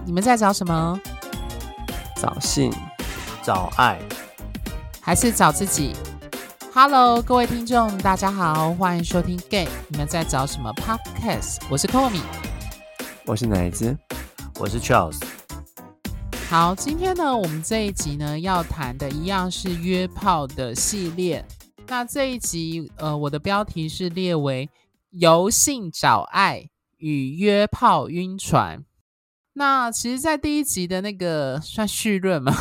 你们在找什么？ 找性， 找爱， 还是找自己？ Hello， 各位听众，大家好，欢迎收听 Gay， 你们在找什么 Podcast？ 我是 Komi， 我是奶子， 我是 Charles。 好，今天呢，我们这一集呢要谈的一样是约炮的系列。那这一集，我的标题是列为由性找爱与约炮晕船。那其实在第一集的那个算序论嘛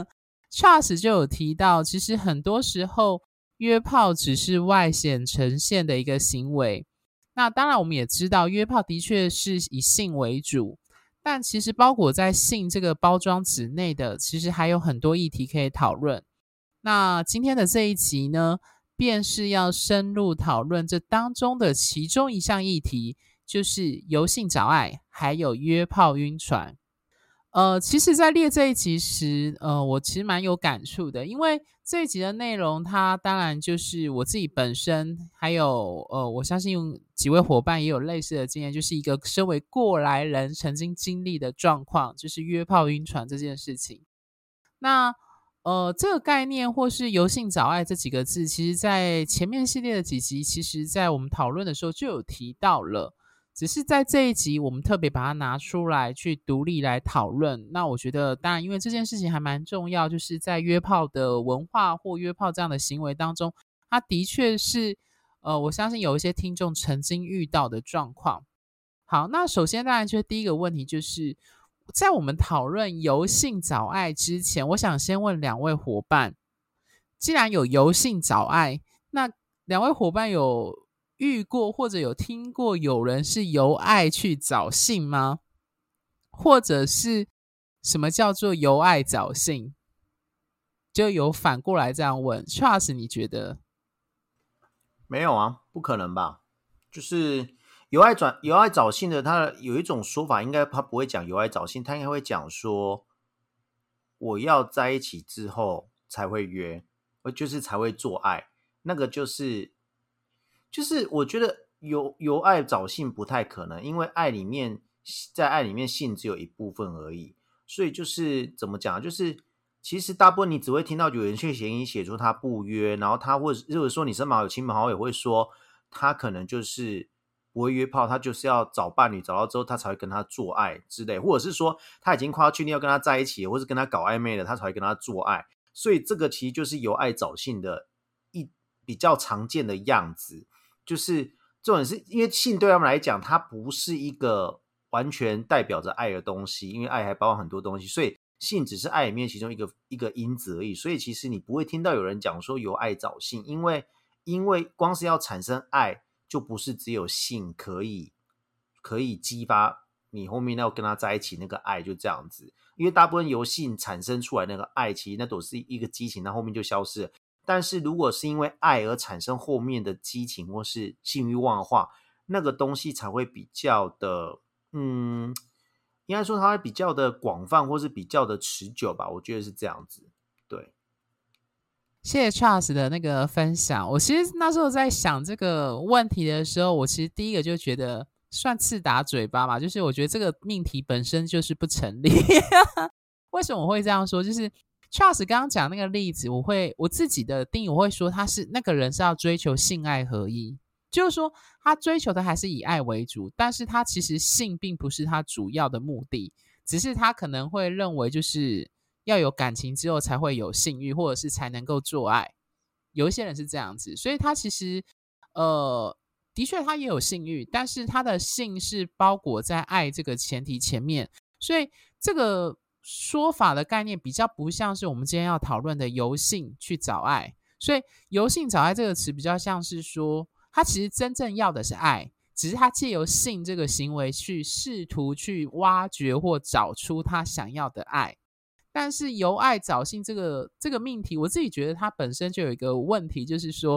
Charles 就有提到，其实很多时候约炮只是外显呈现的一个行为。那当然我们也知道约炮的确是以性为主，但其实包裹在性这个包装纸内的，其实还有很多议题可以讨论。那今天的这一集呢，便是要深入讨论这当中的其中一项议题，就是由性找爱还有约炮晕船。其实在列这一集时，我其实蛮有感触的，因为这一集的内容它当然就是我自己本身，还有我相信几位伙伴也有类似的经验，就是一个身为过来人曾经经历的状况，就是约炮晕船这件事情。那这个概念或是由性找爱这几个字，其实在前面系列的几集，其实在我们讨论的时候就有提到了，只是在这一集我们特别把它拿出来去独立来讨论。那我觉得当然因为这件事情还蛮重要，就是在约炮的文化或约炮这样的行为当中，它的确是我相信有一些听众曾经遇到的状况。好，那首先当然就是第一个问题，就是在我们讨论由性找爱之前，我想先问两位伙伴，既然有由性找爱，那两位伙伴有遇过或者有听过有人是由爱去找性吗？或者是什么叫做由爱找性？就有反过来这样问 Charles 你觉得？ 没有啊，不可能吧？就是由爱找性的，他有一种说法，应该他不会讲由爱找性，他应该会讲说我要在一起之后才会约，就是才会做爱，那个就是我觉得由爱找性不太可能，因为在爱里面性只有一部分而已，所以就是怎么讲，就是其实大部分你只会听到有人去嫌疑写出他不约，然后他或者说你身旁有亲朋好友也会说他可能就是不会约炮，他就是要找伴侣，找到之后他才会跟他做爱之类，或者是说他已经快要确定要跟他在一起，或是跟他搞暧昧了，他才会跟他做爱。所以这个其实就是由爱找性的比较常见的样子，就是这种是因为性对他们来讲，它不是一个完全代表着爱的东西，因为爱还包含很多东西，所以性只是爱里面其中一个因子而已。所以其实你不会听到有人讲说由爱找性，因为光是要产生爱，就不是只有性可以激发你后面要跟他在一起那个爱，就这样子。因为大部分由性产生出来那个爱，其实那都是一个激情，那后面就消失了。但是如果是因为爱而产生后面的激情或是性欲望的话，那个东西才会比较的应该说它会比较的广泛或是比较的持久吧，我觉得是这样子。对， 谢谢 Charles 的那个分享。我其实那时候在想这个问题的时候，我其实第一个就觉得算刺打嘴巴嘛，就是我觉得这个命题本身就是不成立为什么我会这样说，就是 Charles 刚刚讲那个例子，我自己的定义，我会说他是那个人是要追求性爱合一，就是说他追求的还是以爱为主，但是他其实性并不是他主要的目的，只是他可能会认为就是要有感情之后才会有性欲，或者是才能够做爱，有一些人是这样子，所以他其实的确他也有性欲，但是他的性是包裹在爱这个前提前面，所以这个说法的概念比较不像是我们今天要讨论的由性去找爱。所以由性找爱这个词比较像是说他其实真正要的是爱，只是他借由性这个行为去试图去挖掘或找出他想要的爱。但是由爱找性这个命题，我自己觉得它本身就有一个问题，就是说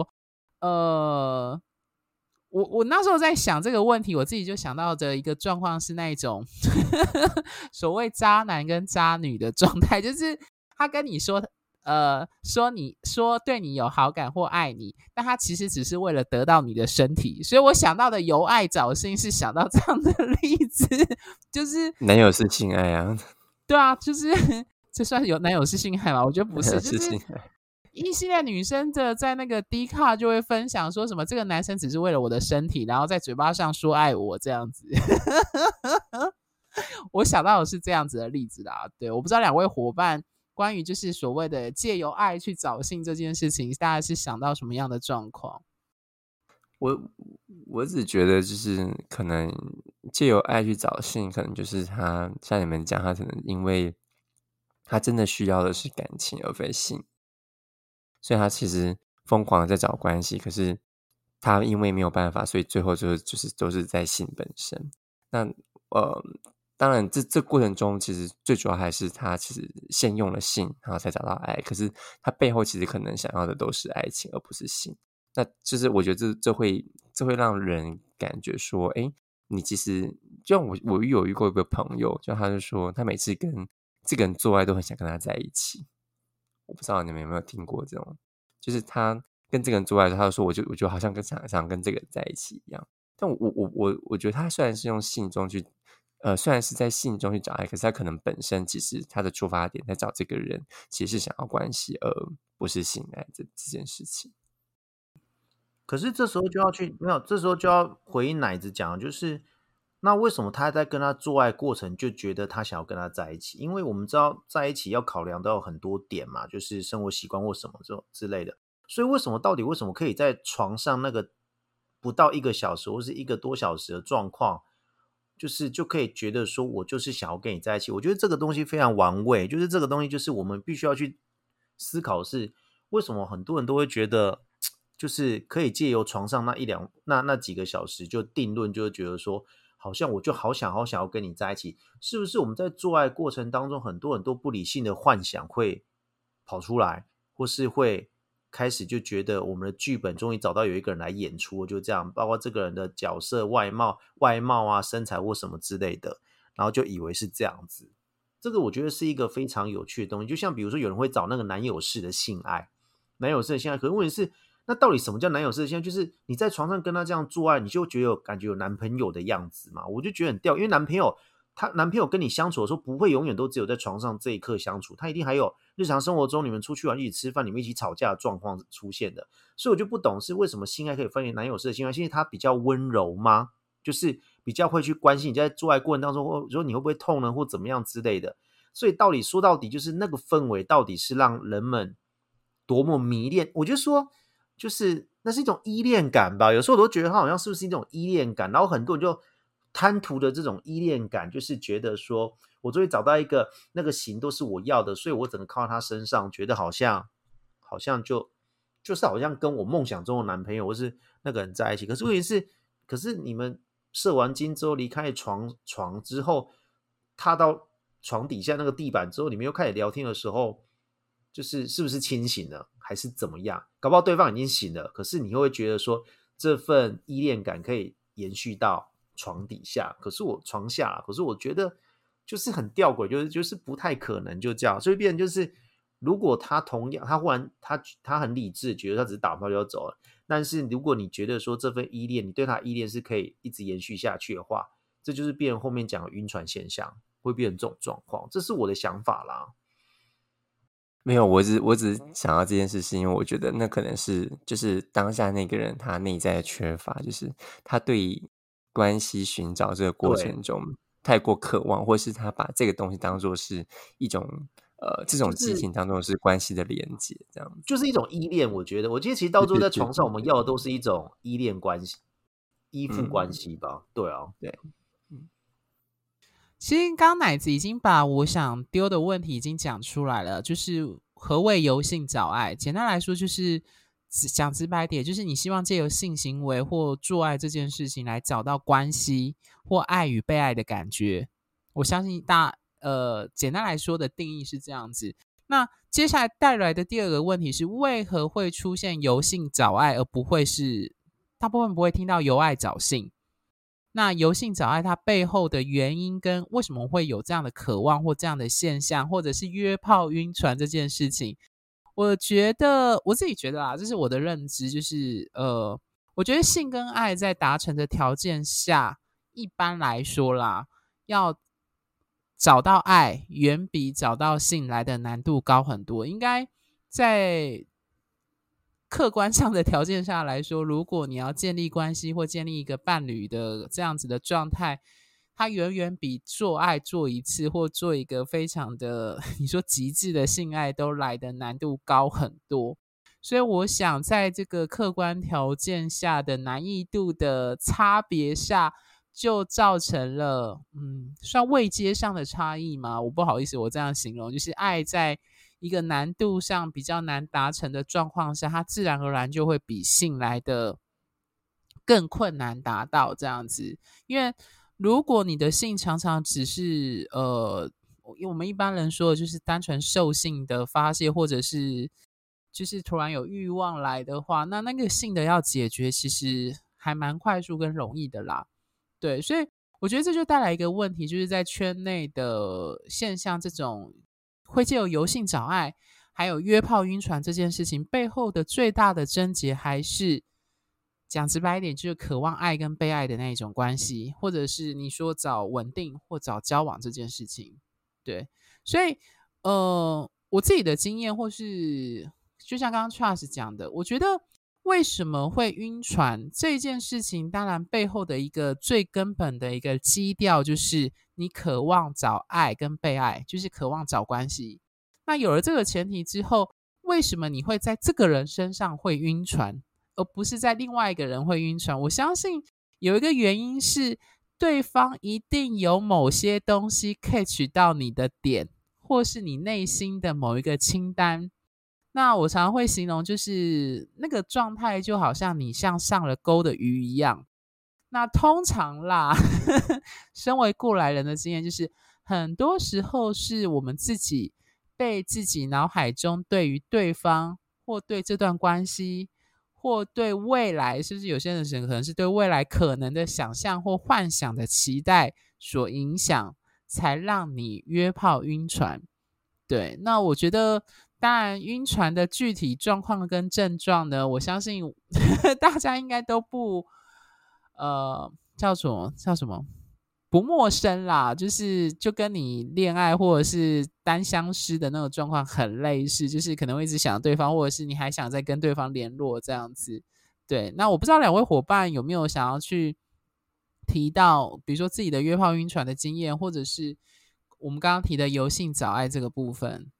我那时候在想这个问题，我自己就想到的一个状况是那一种所谓渣男跟渣女的状态，就是他跟你说说对你有好感或爱你，但他其实只是为了得到你的身体。所以我想到的由爱找性是想到这样的例子，就是男友是性爱啊， 对啊，就是这算是男友是性爱吗？我觉得不是， 男友就是是性爱。 异性恋女生的在那个 Dcard 就会分享说什么这个男生只是为了我的身体，然后在嘴巴上说爱我这样子。我想到的是这样子的例子啦。对，我不知道两位伙伴关于就是所谓的借由爱去找性这件事情，大概是想到什么样的状况？ 我只觉得就是可能借由爱去找性，可能就是他像你们讲，他可能因为他真的需要的是感情而非性，所以他其实疯狂的在找关系，可是他因为没有办法，所以最后就是都是在性本身。那当然这过程中其实最主要还是他其实先用了性，然后才找到爱，可是他背后其实可能想要的都是爱情而不是性。那就是我觉得这会让人感觉说，哎，你其实就像我有遇过一个朋友，就他就说他每次跟这个人做爱都很想跟他在一起。我不知道你们有没有听过这种，就是他跟这个人做爱的时候，他就说我就好像想跟这个人在一起一样。但我觉得他虽然是用性中去，虽然是在性中去找爱，可是他可能本身其实他的出发点在找这个人，其实是想要关系，而不是性爱这件事情。 可是这时候就要去没有，这时候就要回应奶子讲，就是那为什么他在跟他做爱过程就觉得他想要跟他在一起？因为我们知道在一起要考量到很多点嘛，就是生活习惯或什么这种之类的。所以到底为什么可以在床上那个不到1个小时或是1个多小时的状况，就可以觉得说我就是想要跟你在一起？我觉得这个东西非常玩味，就是这个东西就是我们必须要去思考是为什么很多人都会觉得。就是可以借由床上那几个小时就定论，就会觉得说，好像我就好想要跟你在一起，是不是？我们在做爱过程当中，很多不理性的幻想会跑出来，或是会开始就觉得我们的剧本终于找到有一个人来演出，就这样，包括这个人的角色、外貌啊、身材或什么之类的，然后就以为是这样子。这个我觉得是一个非常有趣的东西，就像比如说有人会找那个男友式的性爱，可是问题是。那到底什么叫男友式的性爱？就是你在床上跟他这样做爱，你就觉得感觉有男朋友的样子嘛？我就觉得很吊，因为男朋友跟你相处的时候，不会永远都只有在床上这一刻相处，他一定还有日常生活中你们出去玩、一起吃饭、你们一起吵架的状况出现的。所以我就不懂是为什么性爱可以分为男友式的性爱，因为它比较温柔吗？就是比较会去关心你在做爱过程当中，或者说你会不会痛呢，或怎么样之类的。所以说到底，就是那个氛围到底是让人们多么迷恋。我就说。就是那是一种依恋感吧，有时候我都觉得它好像是不是一种依恋感，然后很多人就贪图的这种依恋感，就是觉得说我终于找到一个那个型都是我要的，所以我整个靠在他身上，觉得好像就是好像跟我梦想中的男朋友或是那个人在一起。可是问题是，可是你们射完精之后离开床之后，踏到床底下那个地板之后，你们又开始聊天的时候。是不是清醒了还是怎么样，搞不好对方已经醒了，可是你会觉得说这份依恋感可以延续到床底下，可是床下，可是我觉得就是很吊诡，就是不太可能就这样。所以变成就是如果他同样他忽然他很理智，觉得他只是打炮就要走了，但是如果你觉得说这份依恋，你对他依恋是可以一直延续下去的话，这就是变成后面讲的晕船现象，会变成这种状况，这是我的想法啦。 没有，我只是想到这件事，是因为我觉得那可能是就是当下那个人他内在的缺乏，就是他对关系寻找这个过程中太过渴望，或是他把这个东西当作是一种这种激情当作是关系的连接，这样子就是一种依恋。我觉得其实到最后在床上，我们要的都是一种依恋关系、依附关系吧。对啊， 对。 其实刚奶子已经把我想丢的问题已经讲出来了，就是何谓由性找爱。简单来说就是讲直白点，就是你希望借由性行为或做爱这件事情来找到关系或爱与被爱的感觉。我相信简单来说的定义是这样子。那接下来带来的第二个问题是，为何会出现由性找爱，而不会是大部分不会听到由爱找性？那由性找爱它背后的原因跟为什么会有这样的渴望或这样的现象，或者是约炮晕船这件事情， 我觉得我自己觉得啦，这是我的认知，就是我觉得性跟爱在达成的条件下，一般来说啦，要找到爱远比找到性来的难度高很多。应该在客观上的条件下来说，如果你要建立关系或建立一个伴侣的这样子的状态，它远远比做爱做一次或做一个非常的你说极致的性爱都来的难度高很多。所以我想在这个客观条件下的难易度的差别下，就造成了算位阶上的差异吗？我不好意思我这样形容，就是爱在一个难度上比较难达成的状况下，它自然而然就会比性来的更困难达到这样子。因为如果你的性常常只是因为我们一般人说的就是单纯兽性的发泄，或者是就是突然有欲望来的话，那个性的要解决其实还蛮快速跟容易的啦。对，所以我觉得这就带来一个问题，就是在圈内的现象，这种会借由由性找爱还有约炮晕船这件事情背后的最大的症结，还是讲直白一点，就是渴望爱跟被爱的那一种关系，或者是你说找稳定或找交往这件事情。对，所以我自己的经验，或是就像刚刚 Charles 讲的，我觉得为什么会晕船这件事情，当然背后的一个最根本的一个基调，就是你渴望找爱跟被爱，就是渴望找关系。那有了这个前提之后，为什么你会在这个人身上会晕船，而不是在另外一个人会晕船？我相信有一个原因是对方一定有某些东西 catch 到你的点，或是你内心的某一个清单。那我常常会形容，就是那个状态就好像你像上了钩的鱼一样。那通常啦身为过来人的经验，就是很多时候是我们自己被自己脑海中对于对方或对这段关系或对未来，甚至有些人可能是对未来可能的想象或幻想的期待所影响，才让你约炮晕船。对，那我觉得当然晕船的具体状况跟症状呢，我相信大家应该都不叫什么不陌生啦，就跟你恋爱或者是单相思的那种状况很类似，就是可能会一直想对方，或者是你还想再跟对方联络这样子。对，那我不知道两位伙伴有没有想要去提到比如说自己的约炮晕船的经验，或者是我们刚刚提的由性找爱这个部分。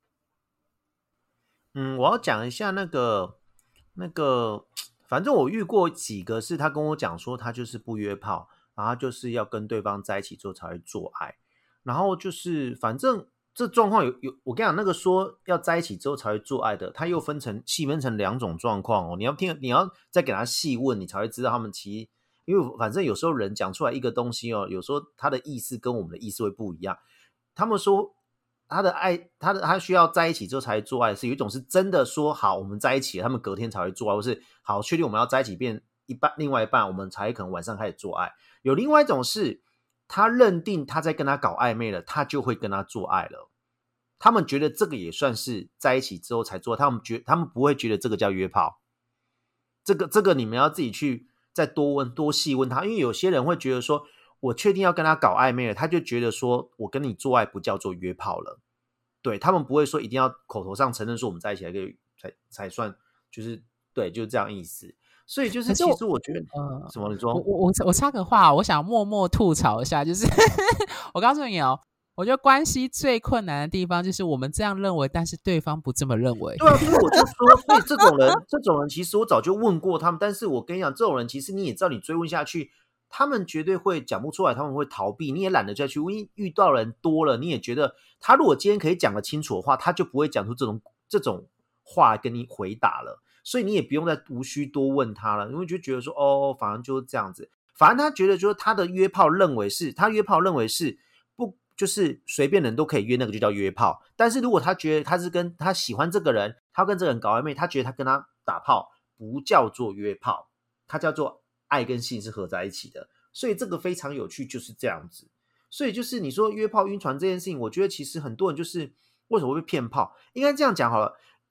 我要讲一下那个，反正我遇过几个是他跟我讲说他就是不约炮，然后就是要跟对方在一起之后才会做爱，然后就是反正这状况有，我跟你讲，那个说要在一起之后才会做爱的，他又细分成两种状况哦。你要再给他细问，你才会知道他们其实，因为反正有时候人讲出来一个东西哦，有时候他的意思跟我们的意思会不一样。他们说他需要在一起之后才会做爱，是有一种是真的说好我们在一起了，他们隔天才会做爱，或是好确定我们要在一起变另外一半，我们才可能晚上开始做爱。有另外一种是他认定他在跟他搞暧昧了，他就会跟他做爱了。他们觉得这个也算是在一起之后才做，他们不会觉得这个叫约炮。这个你们要自己去再多细问他，因为有些人会觉得说我确定要跟他搞暧昧了，他就觉得说我跟你做爱不叫做约炮了。对，他们不会说一定要口头上承认说我们在一起才算，就是对，就是这样意思。所以就是其实我觉得什么你说我插个话，我想默默吐槽一下，就是我告诉你哦，我觉得关系最困难的地方就是我们这样认为，但是对方不这么认为。 对啊，所以我就说，所以这种人其实我早就问过他们，但是我跟你讲，这种人其实你也知道，你追问下去，他们绝对会讲不出来，他们会逃避，你也懒得再去问。遇到人多了，你也觉得他如果今天可以讲得清楚的话，他就不会讲出这种话跟你回答了，所以你也不用再无需多问他了，因为就觉得说哦，反正就是这样子，反正他觉得就是他约炮认为是不就是随便人都可以约，那个就叫约炮。但是如果他觉得他是跟他喜欢这个人，他跟这个人搞暧昧，他觉得他跟他打炮不叫做约炮，他叫做爱跟性是合在一起的。所以这个非常有趣，就是这样子。所以就是你说约炮晕船这件事情，我觉得其实很多人就是为什么会被骗炮，应该这样讲好了。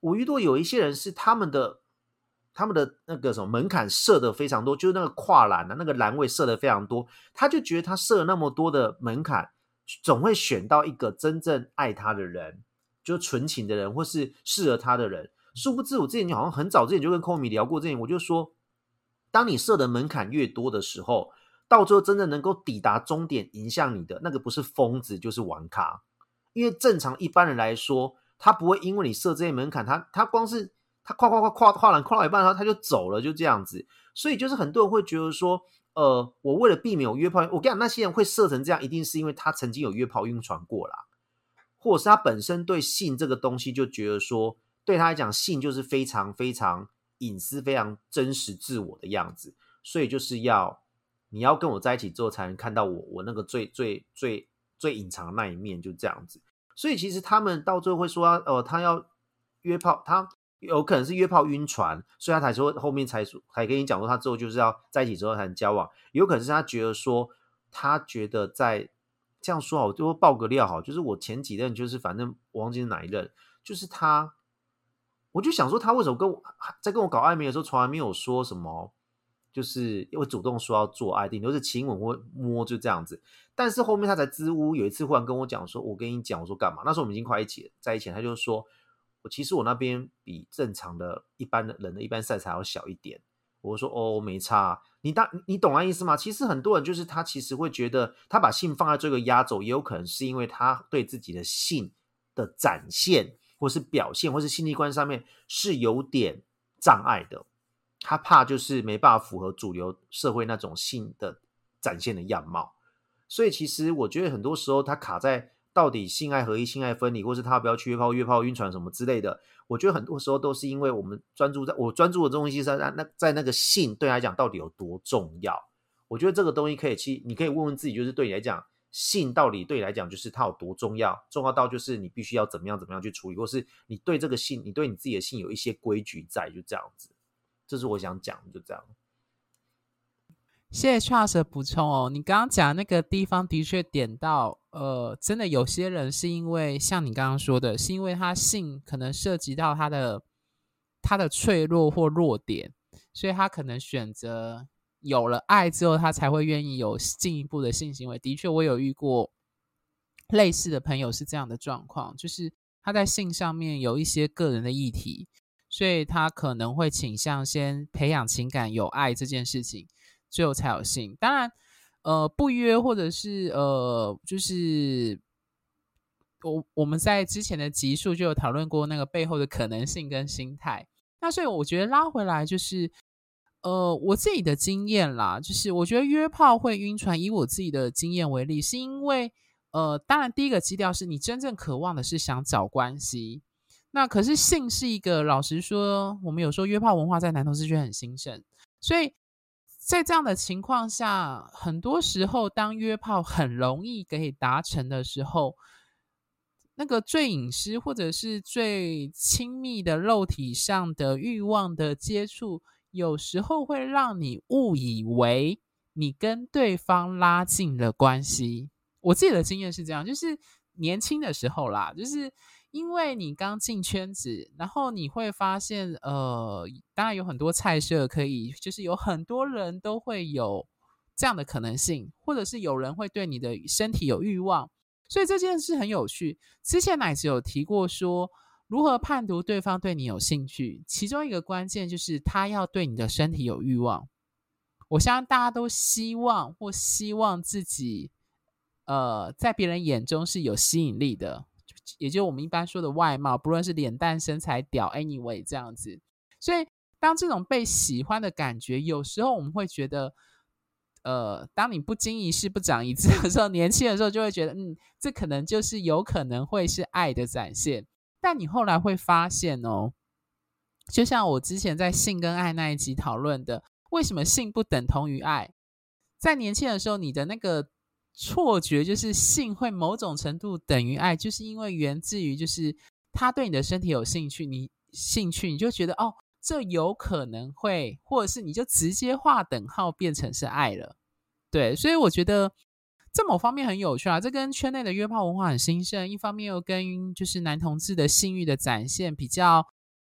我遇到有一些人是他们的那个什么门槛设的非常多，就是那个跨栏那个栏位设的非常多，他就觉得他设了那么多的门槛，总会选到一个真正爱他的人，就纯情的人，或是适合他的人。殊不知我之前好像很早之前就跟 Komi 聊过这点，我就说，当你设的门槛越多的时候，到最后真正能够抵达终点迎向你的那个不是疯子就是玩咖。因为正常一般人来说，他不会因为你设这些门槛，他光是他跨栏跨到一半他就走了，就这样子。所以就是很多人会觉得说我为了避免有约炮，我跟你讲，那些人会设成这样，一定是因为他曾经有约炮晕船过啦，或者是他本身对性这个东西就觉得说，对他来讲性就是非常非常隐私非常真实自我的样子，所以就是你要跟我在一起之后才能看到我那个最隐藏的那一面，就这样子。所以其实他们到最后会说他要约炮，他有可能是约炮晕船，所以他才说后面才跟你讲说他之后就是要在一起之后才能交往，有可能是他觉得说他觉得在这样说好，我就爆个料好，就是我前几任就是反正我忘记是哪一任，就是他，我就想说他为什么在跟我搞暧昧的时候从来没有说什么，就是会主动说要做爱，顶多是亲吻或摸就这样子。但是后面他才支吾，有一次忽然跟我讲说，我跟你讲，我说干嘛？那时候我们已经快在一起了，他就说其实我那边比正常的一般的人的一般 size 还要小一点。我说没差，你懂那意思吗？其实很多人就是他其实会觉得他把性放在这个压轴，也有可能是因为他对自己的性的展现或是表现或是性器官上面是有点障碍的，他怕就是没办法符合主流社会那种性的展现的样貌。所以其实我觉得很多时候他卡在到底性爱合一性爱分离，或是他不要去约炮晕船什么之类的，我觉得很多时候都是因为我专注的东西是在那个性对他来讲到底有多重要。我觉得这个东西你可以问问自己，就是对你来讲性到底对你来讲就是它有多重要，重要到就是你必须要怎么样去处理，或是你对这个性你对你自己的性有一些规矩在，就这样子。这是我想讲的，就这样。 谢谢 Charles 的补充哦，你刚刚讲那个地方的确点到，真的有些人是因为像你刚刚说的，是因为他性可能涉及到他的脆弱或弱点，所以他可能选择有了爱之后，他才会愿意有进一步的性行为。的确，我有遇过类似的朋友是这样的状况，就是他在性上面有一些个人的议题，所以他可能会倾向先培养情感，有爱这件事情。最后才有性。当然不约或者是就是我们在之前的集数就有讨论过那个背后的可能性跟心态。那所以我觉得拉回来就是我自己的经验啦，就是我觉得约炮会晕船，以我自己的经验为例，是因为当然第一个基调是你真正渴望的是想找关系，那可是性是一个，老实说我们有说约炮文化在男同志圈很兴盛，所以在这样的情况下，很多时候当约炮很容易可以达成的时候，那个最隐私或者是最亲密的肉体上的欲望的接触，有时候会让你误以为你跟对方拉近了关系。我自己的经验是这样，就是年轻的时候啦，就是因为你刚进圈子，然后你会发现当然有很多菜色可以，就是有很多人都会有这样的可能性，或者是有人会对你的身体有欲望，所以这件事很有趣。之前乃至有提过说如何判读对方对你有兴趣，其中一个关键就是他要对你的身体有欲望。我相信大家都希望自己在别人眼中是有吸引力的，也就是我们一般说的外貌，不论是脸蛋身材屌 anyway 这样子。所以当这种被喜欢的感觉，有时候我们会觉得当你不经一事不长一智的时候，年轻的时候就会觉得这可能就是有可能会是爱的展现。但你后来会发现就像我之前在性跟爱那一集讨论的，为什么性不等同于爱，在年轻的时候你的那个错觉就是性会某种程度等于爱，就是因为源自于就是他对你的身体有兴趣，你就觉得这有可能会，或者是你就直接划等号变成是爱了。对，所以我觉得这某方面很有趣啊，这跟圈内的约炮文化很兴盛，一方面又跟就是男同志的性欲的展现比较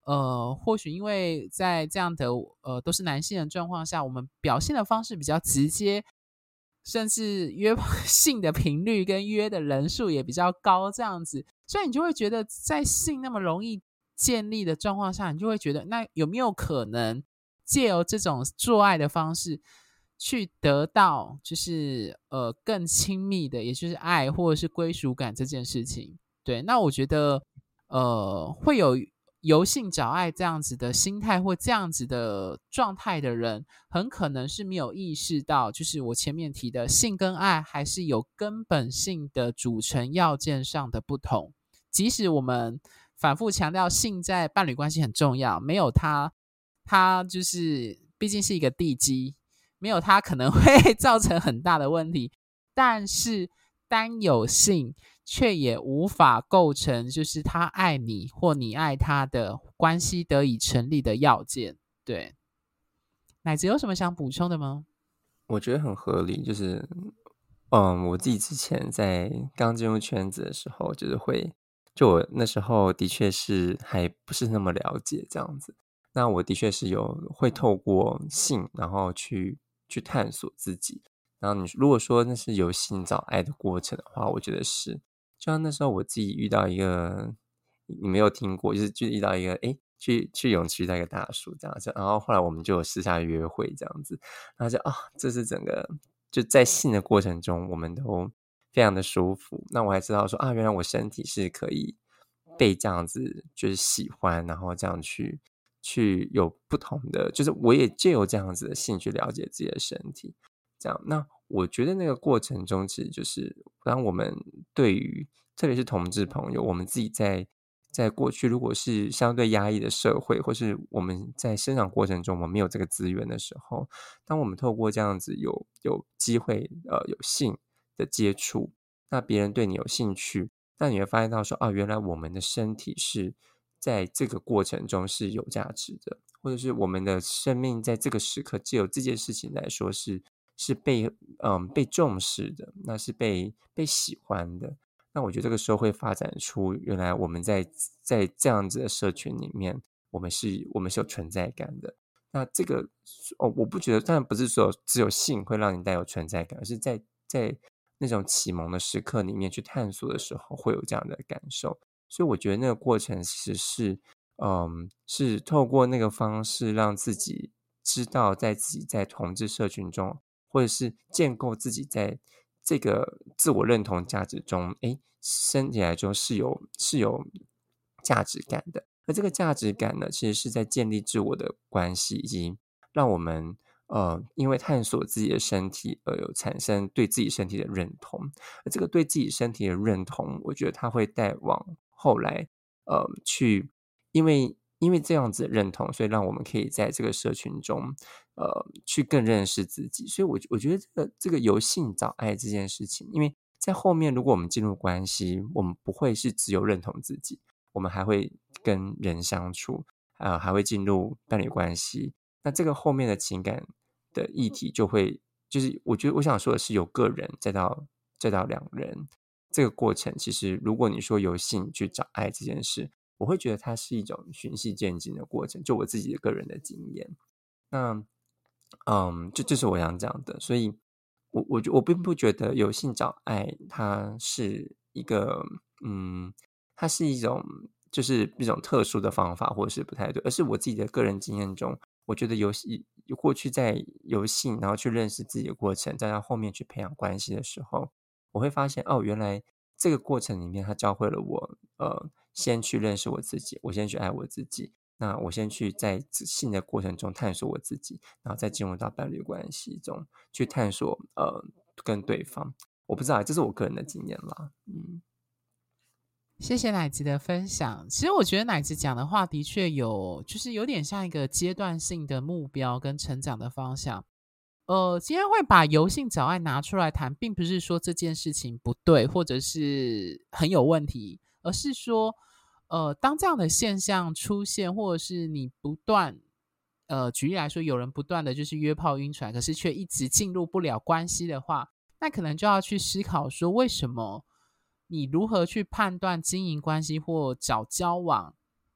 或许因为在这样的都是男性的状况下，我们表现的方式比较直接，甚至约性的频率跟约的人数也比较高，这样子，所以你就会觉得在性那么容易建立的状况下，你就会觉得那有没有可能借由这种做爱的方式去得到就是更亲密的，也就是爱或者是归属感这件事情。对，那我觉得会有由性找爱这样子的心态或这样子的状态的人，很可能是没有意识到，就是我前面提的性跟爱还是有根本性的组成要件上的不同。即使我们反复强调性在伴侣关系很重要，没有它就是毕竟是一个地基，没有它可能会造成很大的问题，但是单有性却也无法构成就是他爱你或你爱他的关系得以成立的要件。对，乃子有什么想补充的吗？ 我觉得很合理，就是我自己之前在刚进入圈子的时候，就是就我那时候的确是还不是那么了解这样子，那我的确是会透过性，然后去探索自己。然后你如果说那是由性找爱的过程的话，我觉得是。就像那时候我自己遇到一个，你没有听过，就遇到一个，去泳池遇到一个大叔这样子，然后后来我们就有私下约会这样子，然后这是整个就在性的过程中，我们都非常的舒服。那我还知道说原来我身体是可以被这样子就是喜欢，然后这样去有不同的，就是我也借由这样子的性去了解自己的身体。这样，那我觉得那个过程中，其实就是当我们对于特别是同志朋友，我们自己在过去如果是相对压抑的社会，或是我们在生长过程中我们没有这个资源的时候，当我们透过这样子有机会有性的接触，那别人对你有兴趣，那你会发现到说原来我们的身体是在这个过程中是有价值的，或者是我们的生命在这个时刻藉由这件事情来说是被重视的，那是被喜欢的。那我觉得这个时候会发展出原来我们在这样子的社群里面，我们是有存在感的。那这个我不觉得，当然不是说只有性会让你带有存在感，而是在那种启蒙的时刻里面去探索的时候，会有这样的感受。所以我觉得那个过程其实是透过那个方式让自己知道，自己在同志社群中，或者是建构自己在这个自我认同价值中，身体来中是有价值感的。而这个价值感呢，其实是在建立自我的关系，以及让我们因为探索自己的身体而有产生对自己身体的认同。而这个对自己身体的认同，我觉得它会带往后来去因为这样子的认同，所以让我们可以在这个社群中去更认识自己。所以我觉得这个由性找爱这件事情，因为在后面如果我们进入关系，我们不会是只有认同自己，我们还会跟人相处，还会进入伴侣关系。那这个后面的情感的议题就是我觉得我想说的是由个人再到两人这个过程，其实如果你说由性去找爱这件事，我会觉得它是一种循序渐进的过程，就我自己的个人的经验。那这是我想讲的，所以我并不觉得由性找爱它是一个它是一种就是一种特殊的方法，或者是不太对，而是我自己的个人经验中，我觉得过去在游戏然后去认识自己的过程，再到后面去培养关系的时候，我会发现原来这个过程里面，它教会了我先去认识我自己，我先去爱我自己。那我先去在性的过程中探索我自己，然后再进入到伴侣关系中去探索跟对方。我不知道，这是我个人的经验啦。 谢谢乃子的分享。其实我觉得乃子讲的话的确就是有点像一个阶段性的目标跟成长的方向。今天会把由性找爱拿出来谈，并不是说这件事情不对，或者是很有问题，而是说，当这样的现象出现，或者是你不断，举例来说，有人不断的就是约炮晕船，可是却一直进入不了关系的话，那可能就要去思考说，为什么你如何去判断经营关系或找交往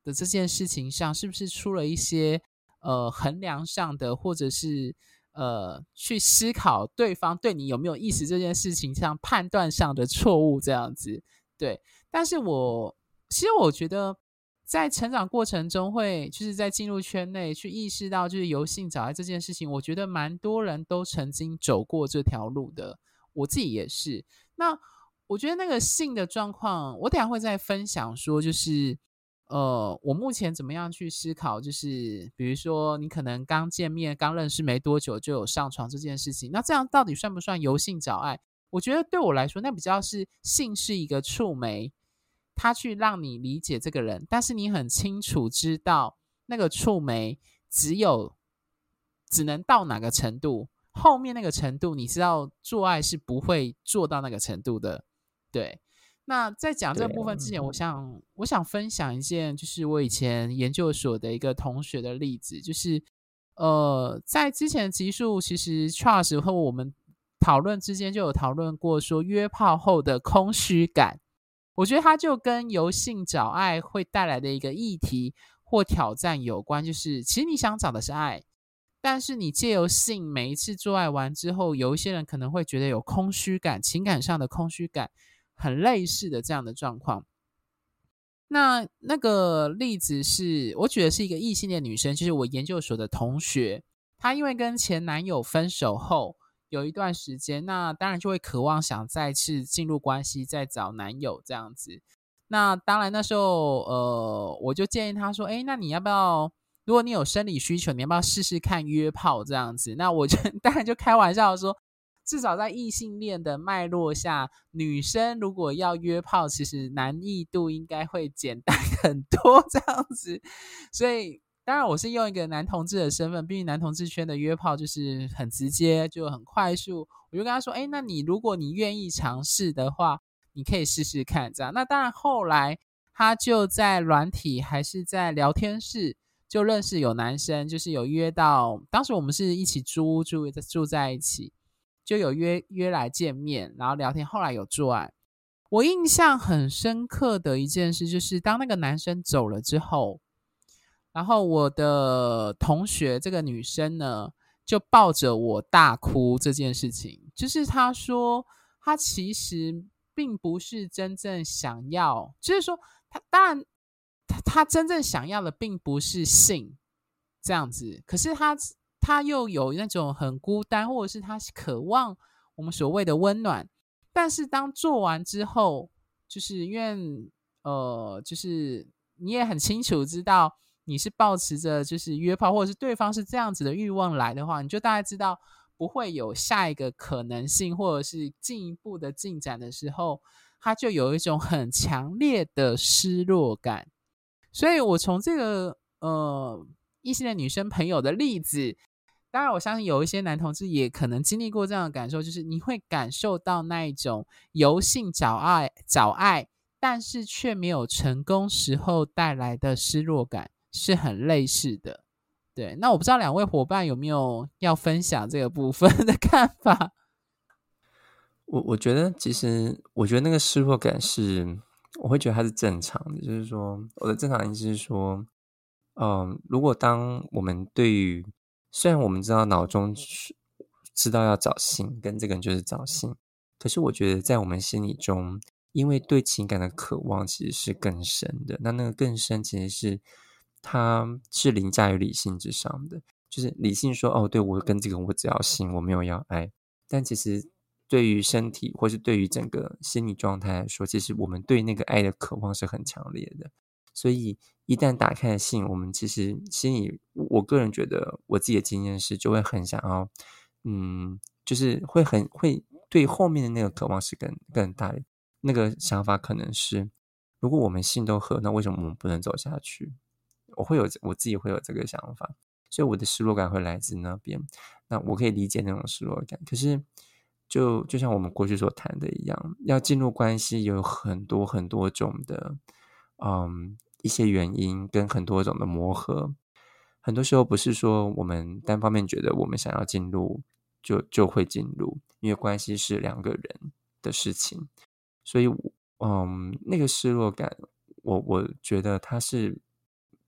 的这件事情上，是不是出了一些衡量上的，或者是去思考对方对你有没有意思这件事情上判断上的错误这样子。对，但是其实我觉得在成长过程中就是在进入圈内去意识到就是由性找爱这件事情，我觉得蛮多人都曾经走过这条路的，我自己也是。那我觉得那个性的状况，我等一下会再分享说，就是我目前怎么样去思考，就是比如说你可能刚见面、刚认识没多久就有上床这件事情，那这样到底算不算由性找爱？我觉得对我来说，那比较是性是一个触媒，它去让你理解这个人，但是你很清楚知道那个触媒只能到哪个程度，后面那个程度你知道做爱是不会做到那个程度的。对，那在讲这个部分之前，我想分享一件，就是我以前研究所的一个同学的例子，就是在之前的集数，其实 Charles 和我们讨论之间就有讨论过，说约炮后的空虚感，我觉得它就跟由性找爱会带来的一个议题或挑战有关，就是其实你想找的是爱，但是你借由性每一次做爱完之后，有一些人可能会觉得有空虚感，情感上的空虚感，很类似的这样的状况。那个例子是我举的是一个异性恋女生，就是我研究所的同学，她因为跟前男友分手后有一段时间，那当然就会渴望想再次进入关系，再找男友这样子。那当然那时候我就建议她说，那你要不要，如果你有生理需求，你要不要试试看约炮这样子？那我就当然就开玩笑说，至少在异性恋的脉络下，女生如果要约炮，其实难易度应该会简单很多这样子。所以当然我是用一个男同志的身份，毕竟男同志圈的约炮就是很直接，就很快速。我就跟他说，那如果你愿意尝试的话，你可以试试看这样。那当然后来他就在软体还是在聊天室就认识有男生，就是有约到，当时我们是一起住在一起，就有约来见面，然后聊天，后来有做爱。我印象很深刻的一件事，就是当那个男生走了之后，然后我的同学这个女生呢，就抱着我大哭这件事情。就是她说，她其实并不是真正想要，就是说，当然她真正想要的并不是性这样子，可是他又有那种很孤单，或者是他渴望我们所谓的温暖，但是当做完之后，就是因为就是你也很清楚知道你是抱持着就是约炮，或者是对方是这样子的欲望来的话，你就大概知道不会有下一个可能性，或者是进一步的进展的时候，他就有一种很强烈的失落感。所以我从这个异性恋女生朋友的例子，当然我相信有一些男同志也可能经历过这样的感受，就是你会感受到那一种由性找爱，但是却没有成功时候带来的失落感，是很类似的。对，那我不知道两位伙伴有没有要分享这个部分的看法？ 我觉得其实我觉得那个失落感是，我会觉得它是正常的，就是说我的正常意思是说，如果当我们对于虽然我们知道脑中知道要找性，跟这个人就是找性，可是我觉得在我们心里中，因为对情感的渴望其实是更深的，那个更深其实是它是凌驾于理性之上的，就是理性说哦，对我跟这个人我只要性，我没有要爱，但其实对于身体或是对于整个心理状态来说，其实我们对那个爱的渴望是很强烈的。所以一旦打开了性，我们其实心里，我个人觉得我自己的经验是，就会很想要，就是会对后面的那个渴望是更大的。那个想法可能是，如果我们性都合，那为什么我们不能走下去？我自己会有这个想法，所以我的失落感会来自那边。那我可以理解那种失落感，可是就像我们过去所谈的一样，要进入关系有很多很多种的，一些原因跟很多种的磨合。很多时候不是说我们单方面觉得我们想要进入就会进入，因为关系是两个人的事情，所以那个失落感，我觉得它是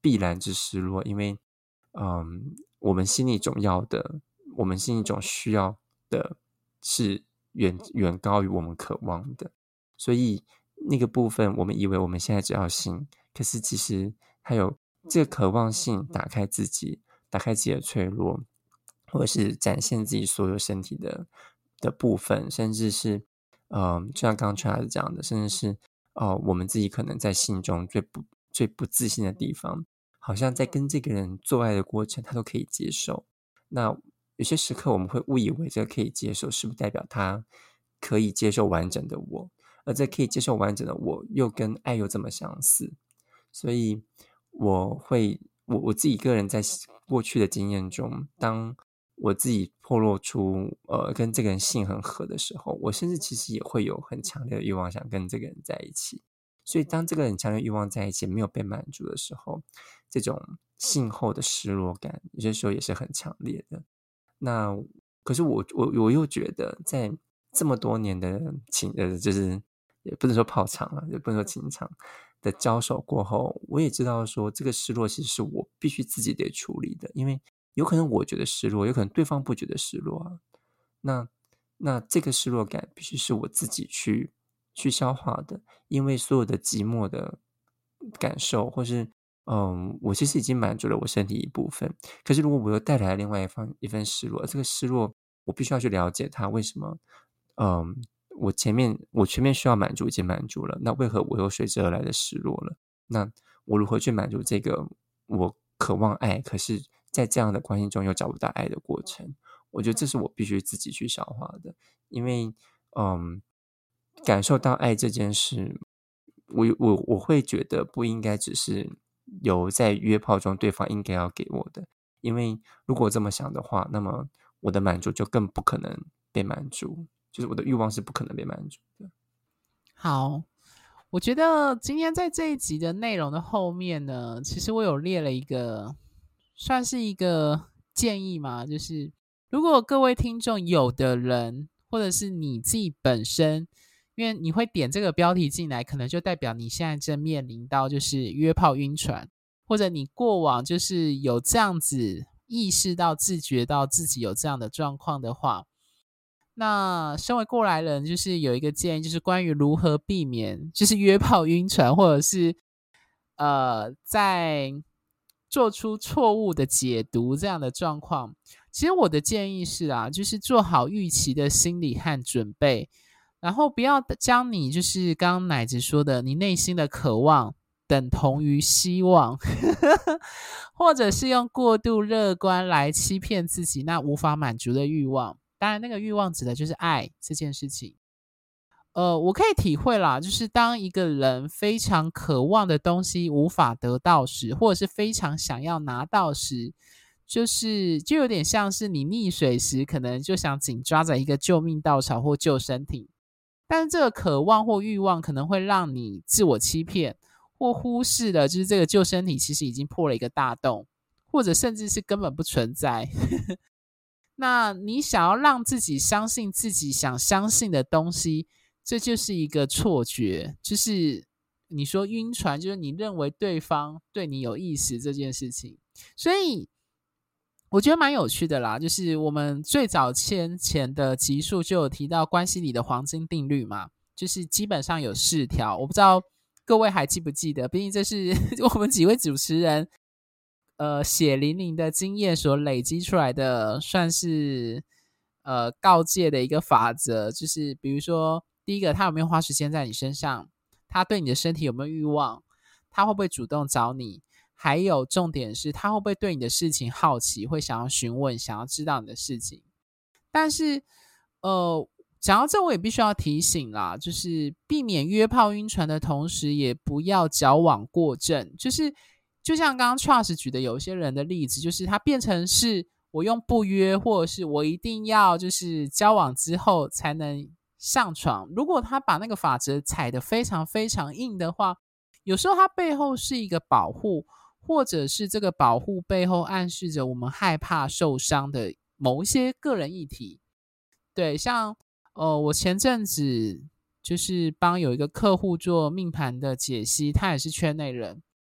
必然之失落，因为我们心里总要的，我们心里总需要的是远高于我们渴望的，所以那个部分我们以为我们现在只要信，可是其实还有这个渴望性打开自己的脆弱，或者是展现自己所有身体的部分，甚至是就像刚刚 Charles 讲的，甚至是我们自己可能在心中最不自信的地方，好像在跟这个人做爱的过程他都可以接受，那有些时刻我们会误以为这个可以接受是不是代表他可以接受完整的我，而这可以接受完整的我又跟爱又这么相似，所以我自己个人在过去的经验中，当我自己透露出跟这个人性很合的时候，我甚至其实也会有很强烈的欲望想跟这个人在一起，所以当这个很强烈的欲望在一起没有被满足的时候，这种性后的失落感有些时候也是很强烈的。那可是我又觉得在这么多年的就是也不能说炮场了，也不能说情场的交手过后，我也知道说这个失落其实是我必须自己得处理的，因为有可能我觉得失落，有可能对方不觉得失落啊。那这个失落感必须是我自己去消化的，因为所有的寂寞的感受，或是我其实已经满足了我身体一部分，可是如果我又带来另外一份失落，这个失落我必须要去了解它为什么，我前面需要满足已经满足了，那为何我又随之而来的失落了？那我如何去满足这个我渴望爱，可是在这样的关系中又找不到爱的过程？我觉得这是我必须自己去消化的，因为感受到爱这件事，我会觉得不应该只是有在约炮中对方应该要给我的，因为如果这么想的话，那么我的满足就更不可能被满足，就是我的欲望是不可能被满足的。 好，我觉得今天在这一集的内容的后面呢，其实我有列了一个算是一个建议嘛，就是如果各位听众有的人或者是你自己本身，因为你会点这个标题进来，可能就代表你现在正面临到就是约炮晕船，或者你过往就是有这样子意识到自觉到自己有这样的状况的话，那身为过来人就是有一个建议，就是关于如何避免就是约炮晕船，或者是在做出错误的解读这样的状况。其实我的建议是啊，就是做好预期的心理和准备，然后不要将你就是刚刚奶子说的你内心的渴望等同于希望或者是用过度乐观来欺骗自己那无法满足的欲望，当然那个欲望指的就是爱这件事情。我可以体会啦，就是当一个人非常渴望的东西无法得到时，或者是非常想要拿到时，就有点像是你溺水时可能就想紧抓着一个救命稻草或救生艇，但是这个渴望或欲望可能会让你自我欺骗，或忽视了就是这个救生艇其实已经破了一个大洞，或者甚至是根本不存在那你想要让自己相信自己想相信的东西，这就是一个错觉，就是你说晕船，就是你认为对方对你有意思这件事情。所以我觉得蛮有趣的啦，就是我们最早前的集数就有提到关系里的黄金定律嘛，就是基本上有4条，我不知道各位还记不记得，毕竟这是我们几位主持人血淋淋的经验所累积出来的，算是告诫的一个法则，就是比如说第一个，他有没有花时间在你身上，他对你的身体有没有欲望，他会不会主动找你，还有重点是他会不会对你的事情好奇，会想要询问，想要知道你的事情。但是讲到这我也必须要提醒啦，就是避免约炮晕船的同时，也不要矫枉过正，就是就像刚刚 Charles 举的有些人的例子，就是他变成是我用不约，或者是我一定要就是交往之后才能上床。如果他把那个法则踩得非常非常硬的话，有时候他背后是一个保护，或者是这个保护背后暗示着我们害怕受伤的某一些个人议题。对，像我前阵子就是帮有一个客户做命盘的解析，他也是圈内人。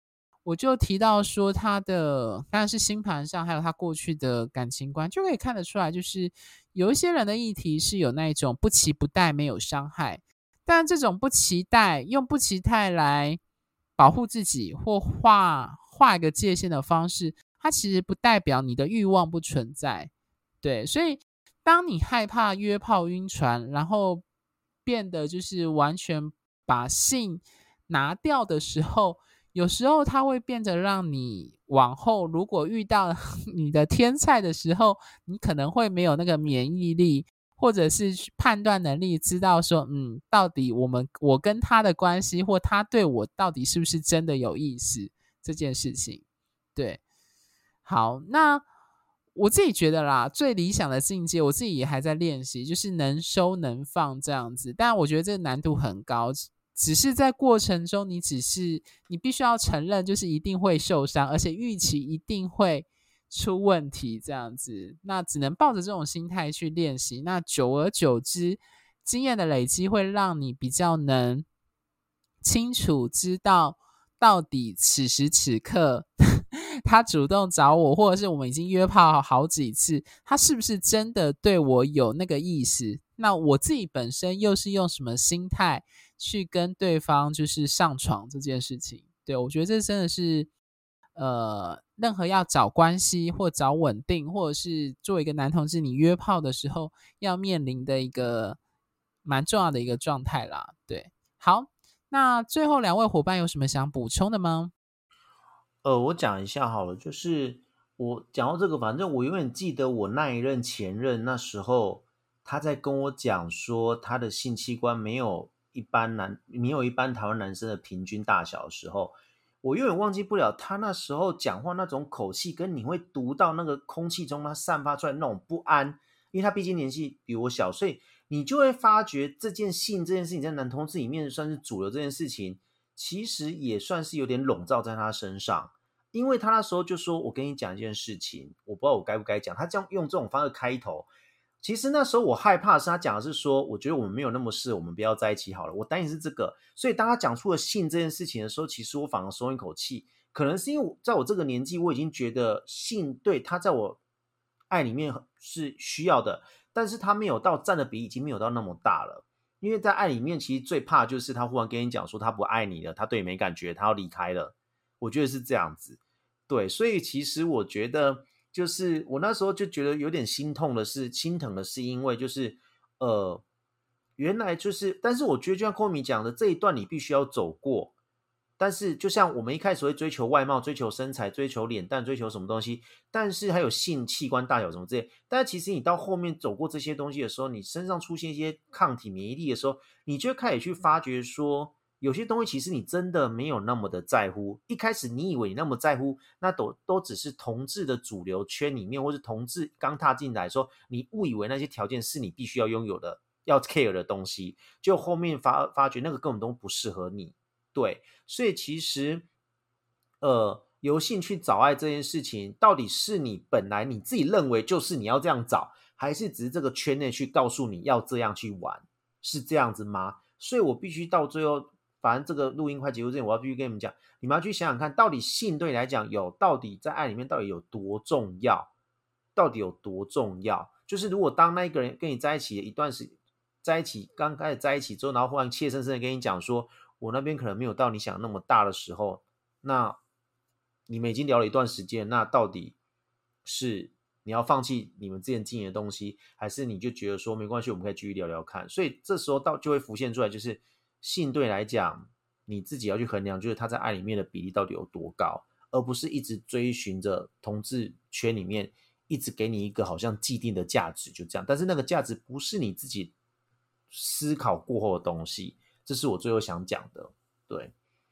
我就提到说他的当然是星盘上还有他过去的感情观就可以看得出来，就是有一些人的议题是有那一种不期不待没有伤害，但这种不期待用不期待来保护自己或画一个界限的方式，它其实不代表你的欲望不存在。对，所以当你害怕约炮晕船，然后变得就是完全把性拿掉的时候，有时候它会变得让你往后如果遇到你的天菜的时候，你可能会没有那个免疫力，或者是判断能力，知道说到底我跟他的关系，或他对我到底是不是真的有意思这件事情。对，好，那我自己觉得啦，最理想的境界，我自己也还在练习，就是能收能放这样子。但我觉得这个难度很高，只是在过程中，你必须要承认，就是一定会受伤，而且预期一定会出问题这样子。那只能抱着这种心态去练习。那久而久之，经验的累积会让你比较能清楚知道，到底此时此刻他主动找我，或者是我们已经约炮好几次，他是不是真的对我有那个意思？那我自己本身又是用什么心态去跟对方就是上床这件事情？对，我觉得这真的是任何要找关系或找稳定，或者是作为一个男同志你约炮的时候要面临的一个蛮重要的一个状态啦。对，好，那最后两位伙伴有什么想补充的吗？ 我讲一下好了，就是我讲到这个，反正我永远记得我那一任前任那时候他在跟我讲说他的性器官没有一般台湾男生的平均大小的时候，我永远忘记不了他那时候讲话那种口气，跟你会读到那个空气中他散发出来那种不安，因为他毕竟年纪比我小，所以你就会发觉这件事情在男同志里面算是主流，这件事情其实也算是有点笼罩在他身上。因为他那时候就说，我跟你讲一件事情，我不知道我该不该讲，他这样用这种方式开头，其实那时候我害怕的是他讲的是说，我觉得我们没有那么适合，我们不要在一起好了，我担心是这个，所以当他讲出了性这件事情的时候，其实我反而松一口气，可能是因为在我这个年纪，我已经觉得性对他在我爱里面是需要的，但是他没有到占的比已经没有到那么大了，因为在爱里面其实最怕就是他忽然跟你讲说他不爱你了，他对你没感觉，他要离开了，我觉得是这样子。对，所以其实我觉得，就是我那时候就觉得有点心疼的是，因为就是原来就是，但是我觉得就像寇米讲的，这一段你必须要走过。但是就像我们一开始会追求外貌、追求身材、追求脸蛋、追求什么东西，但是还有性器官大小什么之类，但是其实你到后面走过这些东西的时候，你身上出现一些抗体免疫力的时候，你就会开始去发觉说，有些东西其实你真的没有那么的在乎。一开始你以为你那么在乎，那都只是同志的主流圈里面，或是同志刚踏进来的时候，你误以为那些条件是你必须要拥有的、要 care 的东西，就后面发觉那个根本都不适合你。对，所以其实由性去找爱这件事情，到底是你本来你自己认为就是你要这样找，还是只是这个圈内去告诉你要这样去玩，是这样子吗？所以我必须到最后，反正这个录音快结束之前，我要必须跟你们讲，你们要去想想看，到底性对你来讲到底在爱里面到底有多重要，到底有多重要？就是如果当那一个人跟你在一起一段时在一起刚开始在一起之后，然后忽然切身的跟你讲说，我那边可能没有到你想那么大的时候，那你们已经聊了一段时间，那到底是你要放弃你们之前经营的东西，还是你就觉得说没关系，我们可以继续聊聊看？所以这时候就会浮现出来，就是性对来讲，你自己要去衡量，就是他在爱里面的比例到底有多高，而不是一直追寻着同志圈里面一直给你一个好像既定的价值，就这样。但是那个价值不是你自己思考过后的东西，这是我最后想讲的。对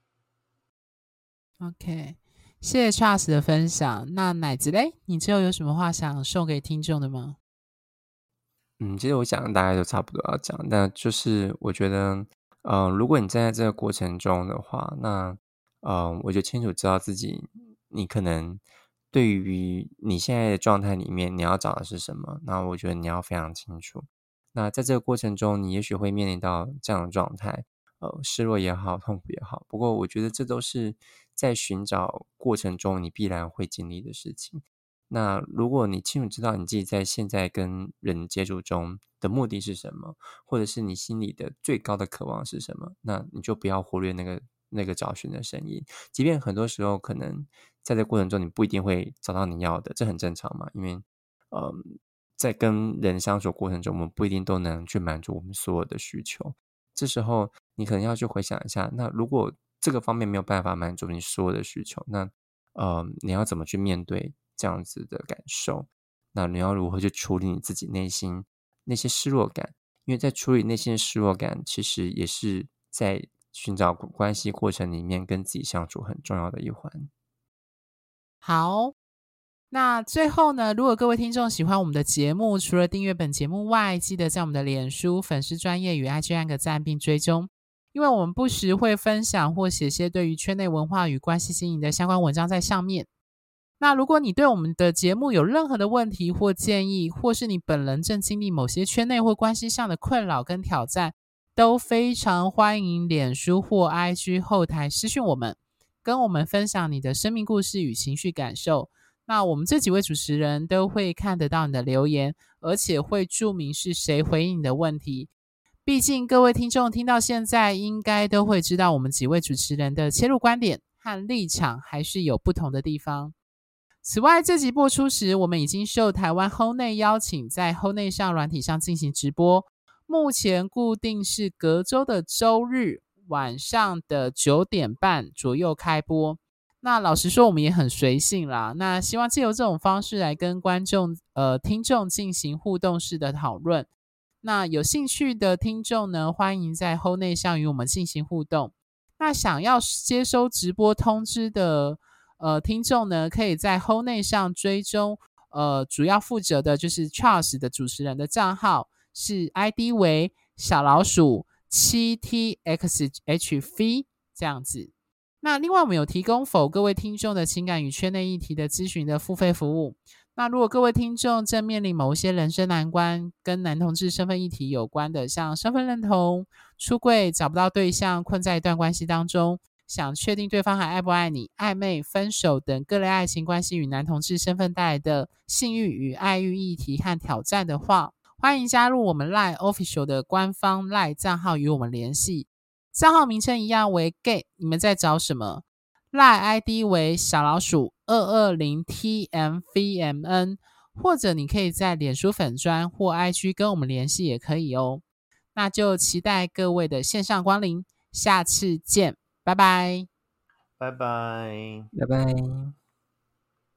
OK， 谢谢 Charles 的分享。那奶子嘞，你最后有什么话想送给听众的吗？ 其实我讲的大概都差不多要讲，但就是我觉得，如果你站在这个过程中的话，那我就清楚知道自己，你可能对于你现在的状态里面，你要找的是什么，那我觉得你要非常清楚。那在这个过程中，你也许会面临到这样的状态，失落也好，痛苦也好，不过我觉得这都是在寻找过程中你必然会经历的事情。那如果你清楚知道你自己在现在跟人接触中的目的是什么，或者是你心里的最高的渴望是什么，那你就不要忽略那个找寻的声音。即便很多时候可能在这个过程中你不一定会找到你要的，这很正常嘛，因为在跟人相处过程中，我们不一定都能去满足我们所有的需求。这时候你可能要去回想一下，那如果这个方面没有办法满足你所有的需求，那你要怎么去面对这样子的感受？那你要如何去处理你自己内心那些失落感？因为在处理内心的失落感，其实也是在寻找关系过程里面跟自己相处很重要的一环。 好，那最后呢，如果各位听众喜欢我们的节目，除了订阅本节目外，记得在我们的脸书粉丝专页与 IG 按个赞并追踪，因为我们不时会分享或写些对于圈内文化与关系经营的相关文章在上面。那如果你对我们的节目有任何的问题或建议，或是你本人正经历某些圈内或关系上的困扰跟挑战，都非常欢迎脸书或 IG 后台私讯我们，跟我们分享你的生命故事与情绪感受。那我们这几位主持人都会看得到你的留言，而且会注明是谁回应你的问题。毕竟各位听众听到现在，应该都会知道我们几位主持人的切入观点和立场还是有不同的地方。此外，这集播出时，我们已经受台湾 HowNet 邀请，在 HowNet 上软体上进行直播，目前固定是隔周的周日晚上的9点半左右开播。那老实说，我们也很随性啦。那希望借由这种方式来跟听众进行互动式的讨论。那有兴趣的听众呢，欢迎在 HowNet 上与我们进行互动。那想要接收直播通知的听众呢，可以在 HowNet 上追踪主要负责的就是 Charles 的主持人的账号，是 ID 为小老鼠 7TXHV 这样子。那另外我们有提供否各位听众的情感与圈内议题的咨询的付费服务。那如果各位听众正面临某一些人生难关跟男同志身份议题有关的，像身份认同、出柜、找不到对象、困在一段关系当中，想确定对方还爱不爱你、暧昧、分手等各类爱情关系与男同志身份带来的性欲与爱欲议题和挑战的话，欢迎加入我们 LINE Official 的官方 LINE 账号与我们联系。账号名称一样为 gay， 你们在找什么？ LINE ID 为小老鼠220TMVMN， 或者你可以在脸书粉专或 IG 跟我们联系也可以哦。那就期待各位的线上光临，下次见，拜拜， 拜拜。 拜拜。